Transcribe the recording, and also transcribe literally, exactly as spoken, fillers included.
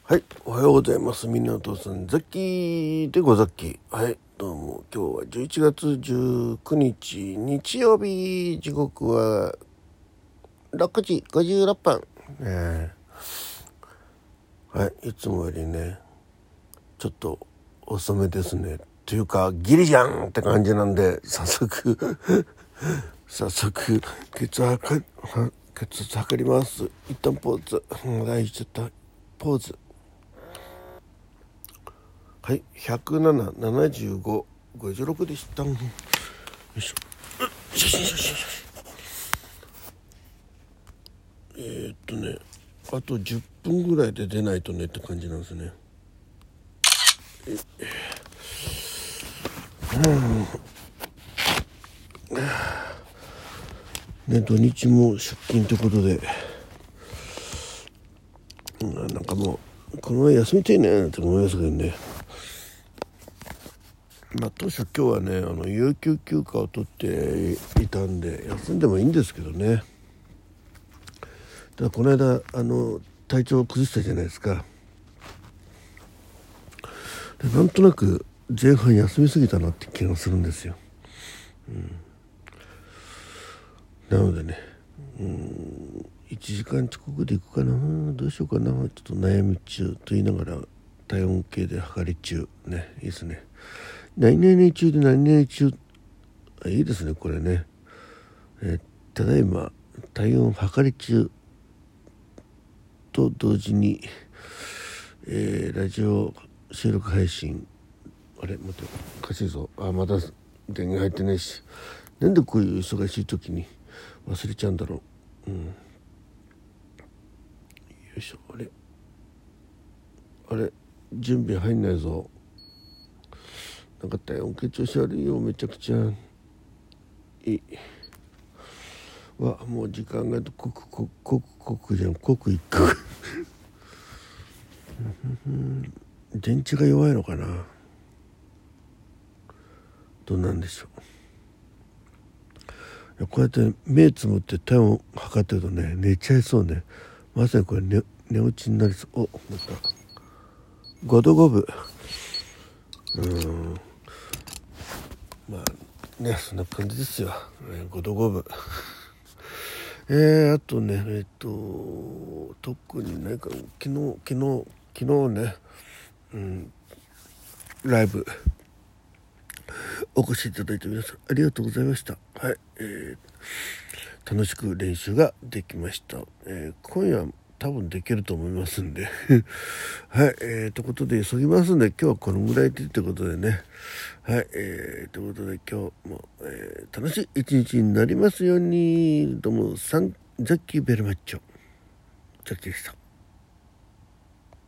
はい、おはようございます。みんなお父さん、ザッキーでござっき。はい、どうも。今日はじゅういちがつじゅうくにち、日曜日。時刻はろくじごじゅうろっぷん。えー、はい、いつもよりね、ちょっと遅めですね。というか、ギリじゃんって感じなんで、早速、早速、血圧、血圧測ります。一旦ポーズ。大事だった。ポーズ。はい、ひゃくなな、ななじゅうご、ごじゅうろくでした。よいしょ。写真写真写真。えー、っとね、あとじゅっぷんぐらいで出ないとねって感じなんですね。うん、ね、土日も出勤ということで、なんかもうこの前休みたいねって思いますけどね。まあ、当初今日はね、あの有給休暇を取っていたんで休んでもいいんですけどね。ただこの間あの体調を崩したじゃないですか。でなんとなく前半休みすぎたなって気がするんですよ。うん、なのでね、うん、いちじかん遅刻で行くかな、どうしようかな、ちょっと悩み中と言いながら体温計で測り中ね。いいですね。何々中で何々中、あ、いいですねこれね。えー、ただいま体温測り中と同時に、えー、ラジオ収録配信、あれ待っておかしいぞ、あ、まだ電源入ってないし、なんでこういう忙しい時に忘れちゃうんだろう。うん、よいしょ。あれあれ準備入んないぞ。なんか体温計調子悪いよ、めちゃくちゃいいわ。もう時間が刻刻刻刻じゃん、刻一刻電池が弱いのかな、どうなんでしょう。こうやって目つむって体温測ってるとね、寝ちゃいそうね。まさにこれ 寝, 寝落ちになりそう。お、またごどごぶ。うーん、まあね、そんな感じですよ。ごどごぶ。えー、あとね、えっと特に何か、昨日昨日昨日ね、うん、ライブお越しいただいて皆さんありがとうございました。はい、えー、楽しく練習ができました。えー、今夜多分できると思いますんではい、えー、ということで急ぎますんで、今日はこのぐらいでということでね。はい、えー、ということで今日も、えー、楽しい一日になりますように。どうもサンザッキーベルマッチョザッキーでした。